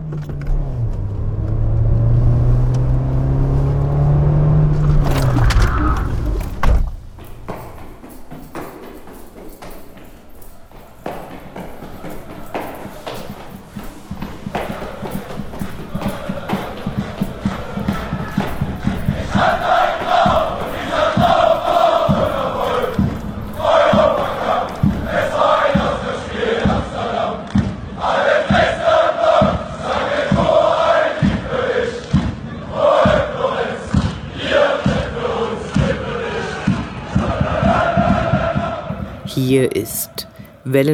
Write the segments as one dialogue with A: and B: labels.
A: Hier ist Welle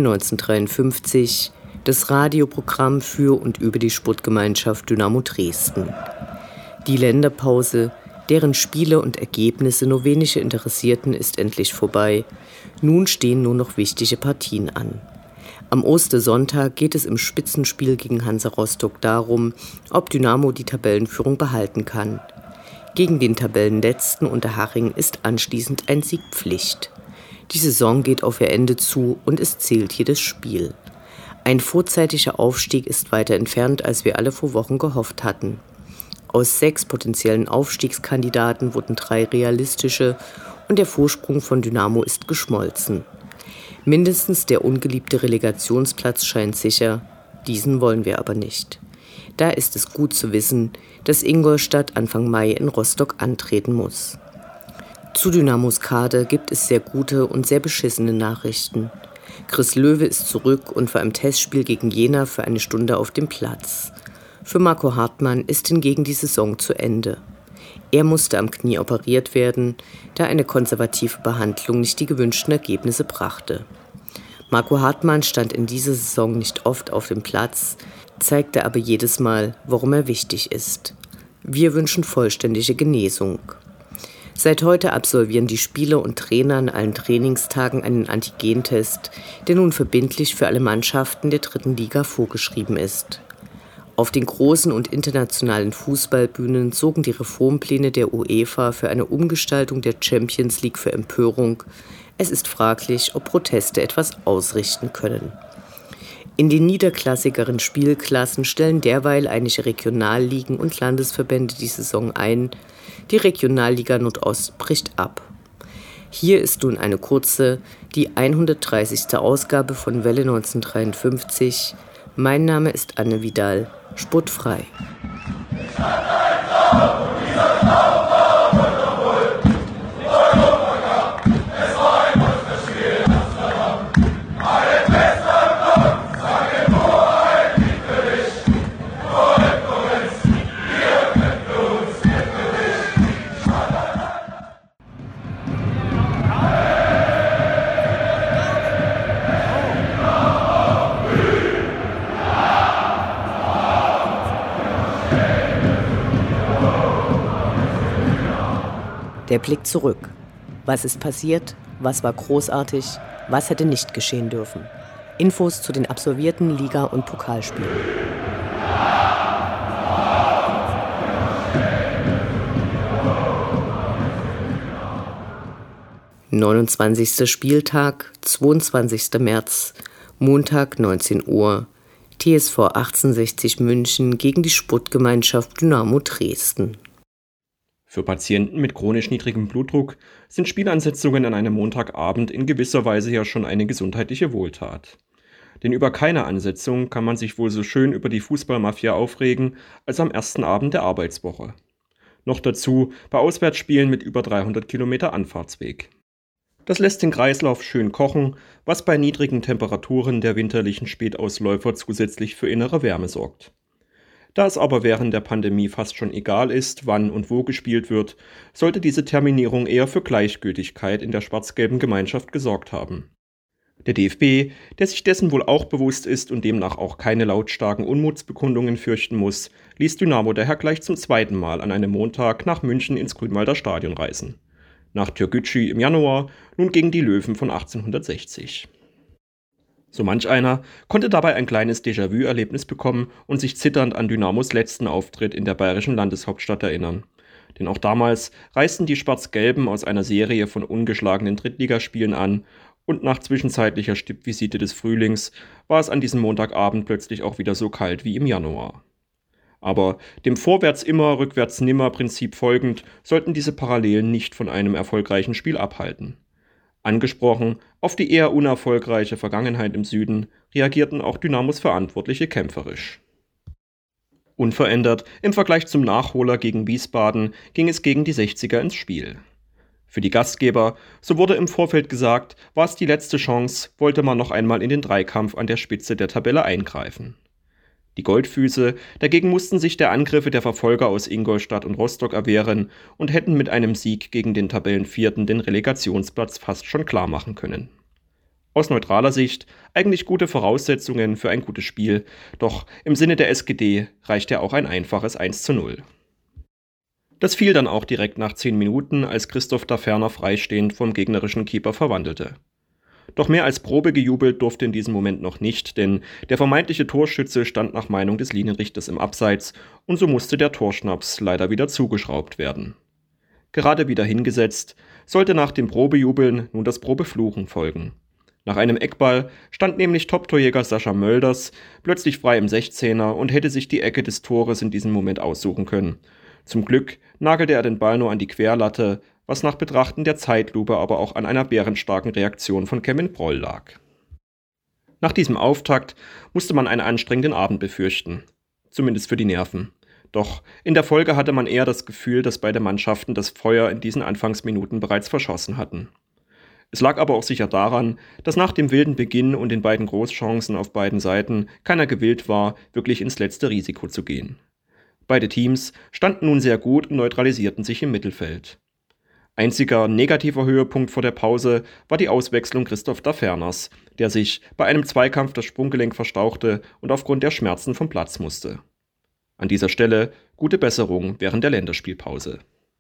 A: 1953, das Radioprogramm für und über die Sportgemeinschaft Dynamo Dresden. Die Länderpause, deren Spiele und Ergebnisse nur wenige interessierten, ist endlich vorbei. Nun stehen nur noch wichtige Partien an. Am Ostersonntag geht es im Spitzenspiel gegen Hansa Rostock darum, ob Dynamo die Tabellenführung behalten kann. Gegen den Tabellenletzten Unterhaching ist anschließend ein Sieg Pflicht. Die Saison geht auf ihr Ende zu und es zählt jedes Spiel. Ein vorzeitiger Aufstieg ist weiter entfernt, als wir alle vor Wochen gehofft hatten. Aus 6 potenziellen Aufstiegskandidaten wurden 3 realistische und der Vorsprung von Dynamo ist geschmolzen. Mindestens der ungeliebte Relegationsplatz scheint sicher, diesen wollen wir aber nicht. Da ist es gut zu wissen, dass Ingolstadt Anfang Mai in Rostock antreten muss. Zu Dynamos Kader gibt es sehr gute und sehr beschissene Nachrichten. Chris Löwe ist zurück und war im Testspiel gegen Jena für eine Stunde auf dem Platz. Für Marco Hartmann ist hingegen die Saison zu Ende. Er musste am Knie operiert werden, da eine konservative Behandlung nicht die gewünschten Ergebnisse brachte. Marco Hartmann stand in dieser Saison nicht oft auf dem Platz, zeigte aber jedes Mal, warum er wichtig ist. Wir wünschen vollständige Genesung. Seit heute absolvieren die Spieler und Trainer an allen Trainingstagen einen Antigentest, der nun verbindlich für alle Mannschaften der 3. Liga vorgeschrieben ist. Auf den großen und internationalen Fußballbühnen sorgen die Reformpläne der UEFA für eine Umgestaltung der Champions League für Empörung. Es ist fraglich, ob Proteste etwas ausrichten können. In den niederklassigeren Spielklassen stellen derweil einige Regionalligen und Landesverbände die Saison ein. Die Regionalliga Nordost bricht ab. Hier ist nun eine kurze, die 130. Ausgabe von Welle 1953. Mein Name ist Anne Vidal, sportfrei. Der Blick zurück. Was ist passiert? Was war großartig? Was hätte nicht geschehen dürfen? Infos zu den absolvierten Liga- und Pokalspielen. »29. Spieltag, 22. März, Montag 19 Uhr, TSV 1860 München gegen die Sportgemeinschaft Dynamo Dresden.«
B: Für Patienten mit chronisch niedrigem Blutdruck sind Spielansetzungen an einem Montagabend in gewisser Weise ja schon eine gesundheitliche Wohltat. Denn über keine Ansetzung kann man sich wohl so schön über die Fußballmafia aufregen als am ersten Abend der Arbeitswoche. Noch dazu bei Auswärtsspielen mit über 300 Kilometer Anfahrtsweg. Das lässt den Kreislauf schön kochen, was bei niedrigen Temperaturen der winterlichen Spätausläufer zusätzlich für innere Wärme sorgt. Da es aber während der Pandemie fast schon egal ist, wann und wo gespielt wird, sollte diese Terminierung eher für Gleichgültigkeit in der schwarz-gelben Gemeinschaft gesorgt haben. Der DFB, der sich dessen wohl auch bewusst ist und demnach auch keine lautstarken Unmutsbekundungen fürchten muss, ließ Dynamo daher gleich zum 2. Mal an einem Montag nach München ins Grünwalder Stadion reisen. Nach Türkgücü im Januar, nun gegen die Löwen von 1860. So manch einer konnte dabei ein kleines Déjà-vu-Erlebnis bekommen und sich zitternd an Dynamos letzten Auftritt in der bayerischen Landeshauptstadt erinnern. Denn auch damals reisten die Schwarz-Gelben aus einer Serie von ungeschlagenen Drittligaspielen an und nach zwischenzeitlicher Stippvisite des Frühlings war es an diesem Montagabend plötzlich auch wieder so kalt wie im Januar. Aber dem Vorwärts immer, rückwärts nimmer Prinzip folgend, sollten diese Parallelen nicht von einem erfolgreichen Spiel abhalten. Angesprochen auf die eher unerfolgreiche Vergangenheit im Süden, reagierten auch Dynamos Verantwortliche kämpferisch. Unverändert im Vergleich zum Nachholer gegen Wiesbaden ging es gegen die 60er ins Spiel. Für die Gastgeber, so wurde im Vorfeld gesagt, war es die letzte Chance, wollte man noch einmal in den Dreikampf an der Spitze der Tabelle eingreifen. Die Goldfüße dagegen mussten sich der Angriffe der Verfolger aus Ingolstadt und Rostock erwehren und hätten mit einem Sieg gegen den Tabellenvierten den Relegationsplatz fast schon klar machen können. Aus neutraler Sicht eigentlich gute Voraussetzungen für ein gutes Spiel, doch im Sinne der SGD reicht ja auch ein einfaches 1:0. Das fiel dann auch direkt nach 10 Minuten, als Christoph Daferner freistehend vom gegnerischen Keeper verwandelte. Doch mehr als Probe gejubelt durfte in diesem Moment noch nicht, denn der vermeintliche Torschütze stand nach Meinung des Linienrichters im Abseits und so musste der Torschnaps leider wieder zugeschraubt werden. Gerade wieder hingesetzt, sollte nach dem Probejubeln nun das Probefluchen folgen. Nach einem Eckball stand nämlich Top-Torjäger Sascha Mölders plötzlich frei im 16er und hätte sich die Ecke des Tores in diesem Moment aussuchen können. Zum Glück nagelte er den Ball nur an die Querlatte, was nach Betrachten der Zeitlupe aber auch an einer bärenstarken Reaktion von Kevin Broll lag. Nach diesem Auftakt musste man einen anstrengenden Abend befürchten, zumindest für die Nerven. Doch in der Folge hatte man eher das Gefühl, dass beide Mannschaften das Feuer in diesen Anfangsminuten bereits verschossen hatten. Es lag aber auch sicher daran, dass nach dem wilden Beginn und den beiden Großchancen auf beiden Seiten keiner gewillt war, wirklich ins letzte Risiko zu gehen. Beide Teams standen nun sehr gut und neutralisierten sich im Mittelfeld. Einziger negativer Höhepunkt vor der Pause war die Auswechslung Christoph Daferners, der sich bei einem Zweikampf das Sprunggelenk verstauchte und aufgrund der Schmerzen vom Platz musste. An dieser Stelle gute Besserung während der Länderspielpause.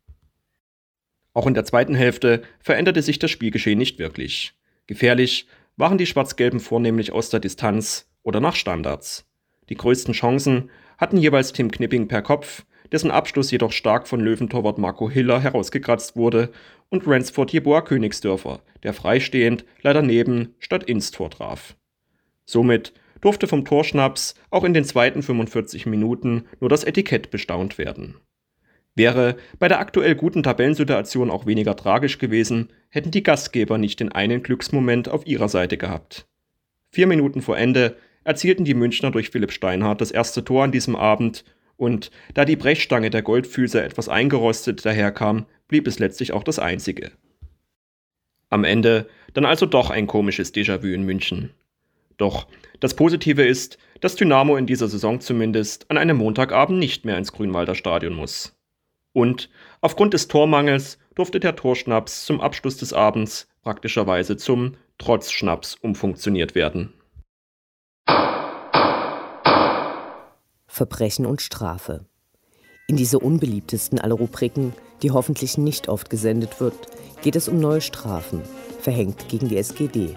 B: Auch in der zweiten Hälfte veränderte sich das Spielgeschehen nicht wirklich. Gefährlich waren die Schwarz-Gelben vornehmlich aus der Distanz oder nach Standards. Die größten Chancen hatten jeweils Tim Knipping per Kopf, dessen Abschluss jedoch stark von Löwentorwart Marco Hiller herausgekratzt wurde, und Ransford Jeboa Königsdörfer, der freistehend leider neben statt ins Tor traf. Somit durfte vom Torschnaps auch in den zweiten 45 Minuten nur das Etikett bestaunt werden. Wäre bei der aktuell guten Tabellensituation auch weniger tragisch gewesen, hätten die Gastgeber nicht den einen Glücksmoment auf ihrer Seite gehabt. 4 Minuten vor Ende erzielten die Münchner durch Philipp Steinhardt das erste Tor an diesem Abend und da die Brechstange der Goldfüße etwas eingerostet daherkam, blieb es letztlich auch das einzige. Am Ende dann also doch ein komisches Déjà-vu in München. Doch das Positive ist, dass Dynamo in dieser Saison zumindest an einem Montagabend nicht mehr ins Grünwalder Stadion muss. Und aufgrund des Tormangels durfte der Torschnaps zum Abschluss des Abends praktischerweise zum Trotzschnaps umfunktioniert werden.
A: Verbrechen und Strafe. In dieser unbeliebtesten aller Rubriken, die hoffentlich nicht oft gesendet wird, geht es um neue Strafen, verhängt gegen die SGD.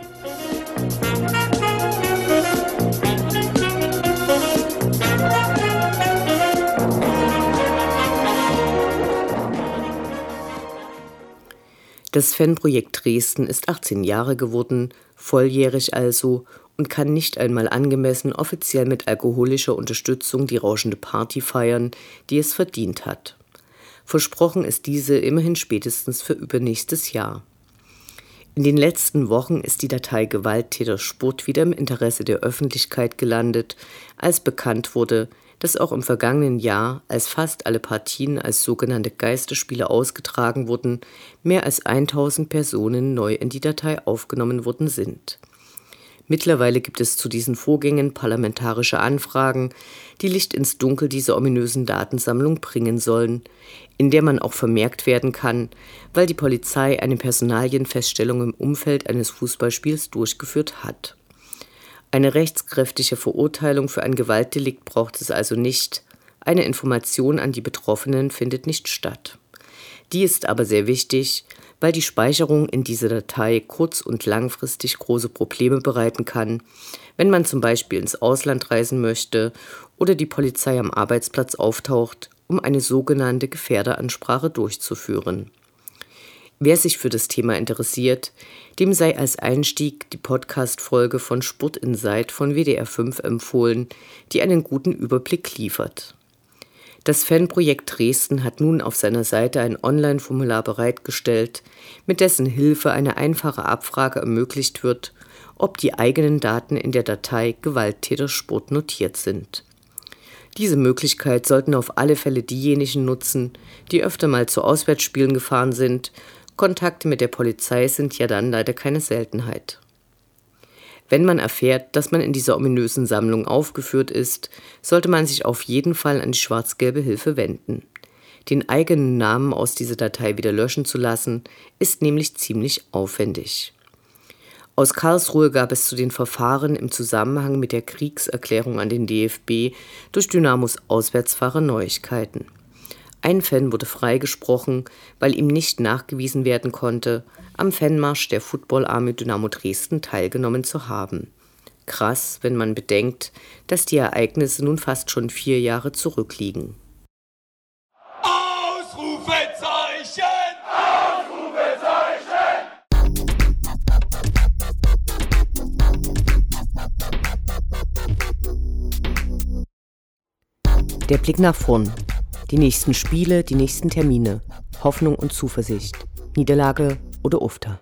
A: Das Fanprojekt Dresden ist 18 Jahre geworden, volljährig also, und kann nicht einmal angemessen offiziell mit alkoholischer Unterstützung die rauschende Party feiern, die es verdient hat. Versprochen ist diese immerhin spätestens für übernächstes Jahr. In den letzten Wochen ist die Datei Gewalttäter Sport wieder im Interesse der Öffentlichkeit gelandet, als bekannt wurde, dass auch im vergangenen Jahr, als fast alle Partien als sogenannte Geisterspiele ausgetragen wurden, mehr als 1000 Personen neu in die Datei aufgenommen worden sind. Mittlerweile gibt es zu diesen Vorgängen parlamentarische Anfragen, die Licht ins Dunkel dieser ominösen Datensammlung bringen sollen, in der man auch vermerkt werden kann, weil die Polizei eine Personalienfeststellung im Umfeld eines Fußballspiels durchgeführt hat. Eine rechtskräftige Verurteilung für ein Gewaltdelikt braucht es also nicht. Eine Information an die Betroffenen findet nicht statt. Die ist aber sehr wichtig, weil die Speicherung in dieser Datei kurz- und langfristig große Probleme bereiten kann, wenn man zum Beispiel ins Ausland reisen möchte oder die Polizei am Arbeitsplatz auftaucht, um eine sogenannte Gefährderansprache durchzuführen. Wer sich für das Thema interessiert, dem sei als Einstieg die Podcast-Folge von Sport Insight von WDR 5 empfohlen, die einen guten Überblick liefert. Das Fanprojekt Dresden hat nun auf seiner Seite ein Online-Formular bereitgestellt, mit dessen Hilfe eine einfache Abfrage ermöglicht wird, ob die eigenen Daten in der Datei Gewalttätersport notiert sind. Diese Möglichkeit sollten auf alle Fälle diejenigen nutzen, die öfter mal zu Auswärtsspielen gefahren sind. Kontakte mit der Polizei sind ja dann leider keine Seltenheit. Wenn man erfährt, dass man in dieser ominösen Sammlung aufgeführt ist, sollte man sich auf jeden Fall an die schwarz-gelbe Hilfe wenden. Den eigenen Namen aus dieser Datei wieder löschen zu lassen, ist nämlich ziemlich aufwendig. Aus Karlsruhe gab es zu den Verfahren im Zusammenhang mit der Kriegserklärung an den DFB durch Dynamos Auswärtsfahrer Neuigkeiten. Ein Fan wurde freigesprochen, weil ihm nicht nachgewiesen werden konnte, am Fanmarsch der Football Army Dynamo Dresden teilgenommen zu haben. Krass, wenn man bedenkt, dass die Ereignisse nun fast schon 4 Jahre zurückliegen.
C: Ausrufezeichen! Ausrufezeichen!
A: Der Blick nach vorn. Die nächsten Spiele, die nächsten Termine. Hoffnung und Zuversicht. Niederlage oder Ufter.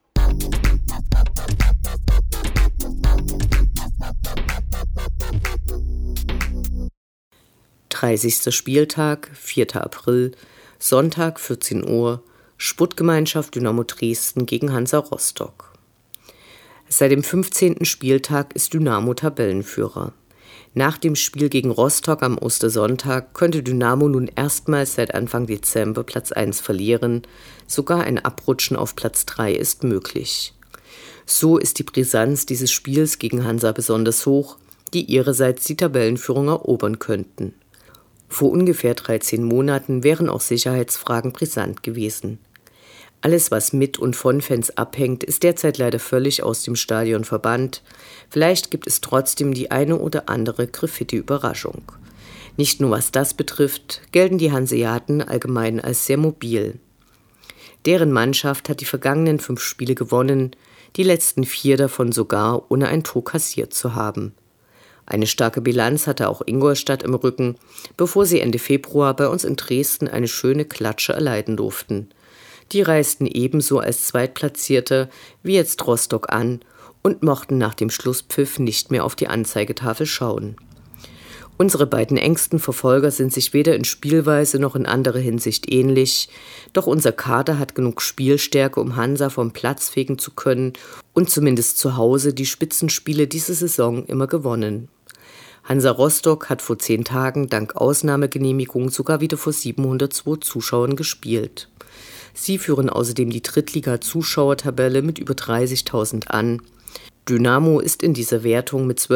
A: (30. Spieltag, 4. April, Sonntag 14 Uhr, Sportgemeinschaft Dynamo Dresden gegen Hansa Rostock. Seit dem 15. Spieltag ist Dynamo Tabellenführer. Nach dem Spiel gegen Rostock am Ostersonntag könnte Dynamo nun erstmals seit Anfang Dezember Platz 1 verlieren, sogar ein Abrutschen auf Platz 3 ist möglich. So ist die Brisanz dieses Spiels gegen Hansa besonders hoch, die ihrerseits die Tabellenführung erobern könnten. Vor ungefähr 13 Monaten wären auch Sicherheitsfragen brisant gewesen. Alles, was mit und von Fans abhängt, ist derzeit leider völlig aus dem Stadion verbannt. Vielleicht gibt es trotzdem die eine oder andere Graffiti-Überraschung. Nicht nur was das betrifft, gelten die Hanseaten allgemein als sehr mobil. Deren Mannschaft hat die vergangenen 5 Spiele gewonnen, die letzten 4 davon sogar ohne ein Tor kassiert zu haben. Eine starke Bilanz hatte auch Ingolstadt im Rücken, bevor sie Ende Februar bei uns in Dresden eine schöne Klatsche erleiden durften. Die reisten ebenso als Zweitplatzierte wie jetzt Rostock an und mochten nach dem Schlusspfiff nicht mehr auf die Anzeigetafel schauen. Unsere beiden engsten Verfolger sind sich weder in Spielweise noch in anderer Hinsicht ähnlich, doch unser Kader hat genug Spielstärke, um Hansa vom Platz fegen zu können und zumindest zu Hause die Spitzenspiele diese Saison immer gewonnen. Hansa Rostock hat vor 10 Tagen dank Ausnahmegenehmigung sogar wieder vor 702 Zuschauern gespielt. Sie führen außerdem die Drittliga-Zuschauertabelle mit über 30.000 an. Dynamo ist in dieser Wertung mit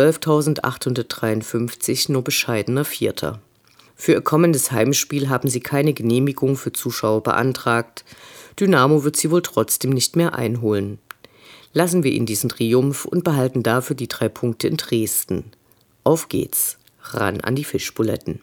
A: 12.853 nur bescheidener Vierter. Für ihr kommendes Heimspiel haben sie keine Genehmigung für Zuschauer beantragt. Dynamo wird sie wohl trotzdem nicht mehr einholen. Lassen wir ihnen diesen Triumph und behalten dafür die 3 Punkte in Dresden. Auf geht's, ran an die Fischbuletten.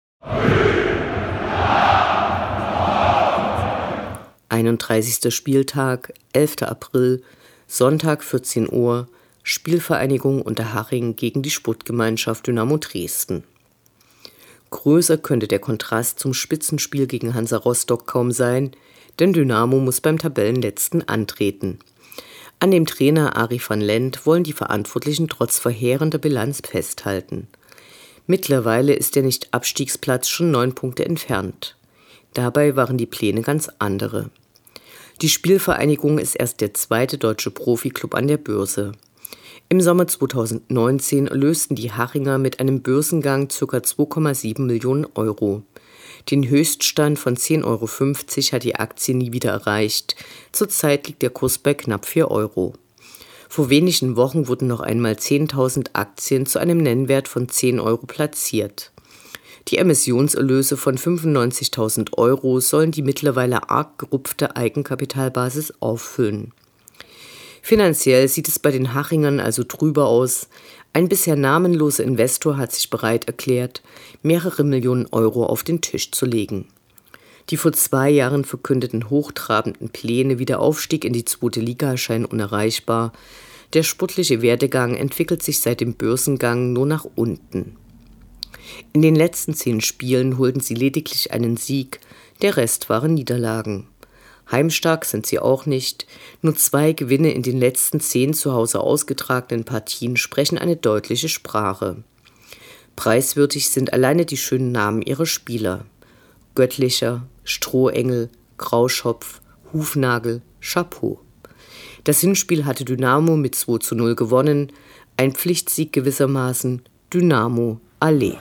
A: 31. Spieltag, 11. April, Sonntag 14 Uhr, Spielvereinigung Unterhaching gegen die Sportgemeinschaft Dynamo Dresden. Größer könnte der Kontrast zum Spitzenspiel gegen Hansa Rostock kaum sein, denn Dynamo muss beim Tabellenletzten antreten. An dem Trainer Arie van Lent wollen die Verantwortlichen trotz verheerender Bilanz festhalten. Mittlerweile ist der Nicht-Abstiegsplatz schon 9 Punkte entfernt. Dabei waren die Pläne ganz andere. Die Spielvereinigung ist erst der 2. deutsche Profiklub an der Börse. Im Sommer 2019 lösten die Hachinger mit einem Börsengang ca. 2,7 Millionen Euro. Den Höchststand von 10,50 Euro hat die Aktie nie wieder erreicht. Zurzeit liegt der Kurs bei knapp 4 Euro. Vor wenigen Wochen wurden noch einmal 10.000 Aktien zu einem Nennwert von 10 Euro platziert. Die Emissionserlöse von 95.000 Euro sollen die mittlerweile arg gerupfte Eigenkapitalbasis auffüllen. Finanziell sieht es bei den Hachingern also trüber aus. Ein bisher namenloser Investor hat sich bereit erklärt, mehrere Millionen Euro auf den Tisch zu legen. Die vor 2 Jahren verkündeten hochtrabenden Pläne wie der Aufstieg in die 2. Liga scheinen unerreichbar. Der sportliche Werdegang entwickelt sich seit dem Börsengang nur nach unten. In den letzten 10 Spielen holten sie lediglich einen Sieg, der Rest waren Niederlagen. Heimstark sind sie auch nicht, nur 2 Gewinne in den letzten 10 zu Hause ausgetragenen Partien sprechen eine deutliche Sprache. Preiswürdig sind alleine die schönen Namen ihrer Spieler: Göttlicher, Strohengel, Grauschopf, Hufnagel, Chapeau. Das Hinspiel hatte Dynamo mit 2:0 gewonnen, ein Pflichtsieg gewissermaßen, Dynamo Allee.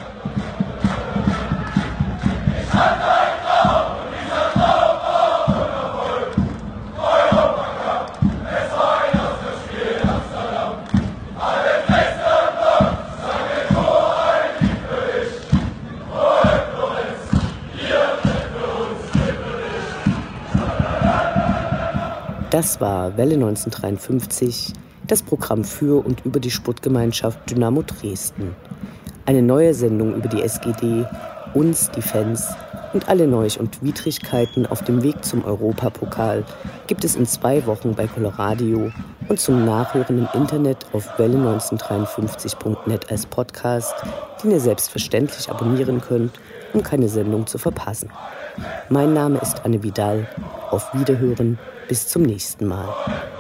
A: Das war Welle 1953, das Programm für und über die Sportgemeinschaft Dynamo Dresden. Eine neue Sendung über die SGD, uns, die Fans und alle Neuigkeiten und Widrigkeiten auf dem Weg zum Europapokal gibt es in 2 Wochen bei Coloradio und zum Nachhören im Internet auf welle1953.net als Podcast, den ihr selbstverständlich abonnieren könnt, um keine Sendung zu verpassen. Mein Name ist Anne Vidal. Auf Wiederhören. Bis zum nächsten Mal.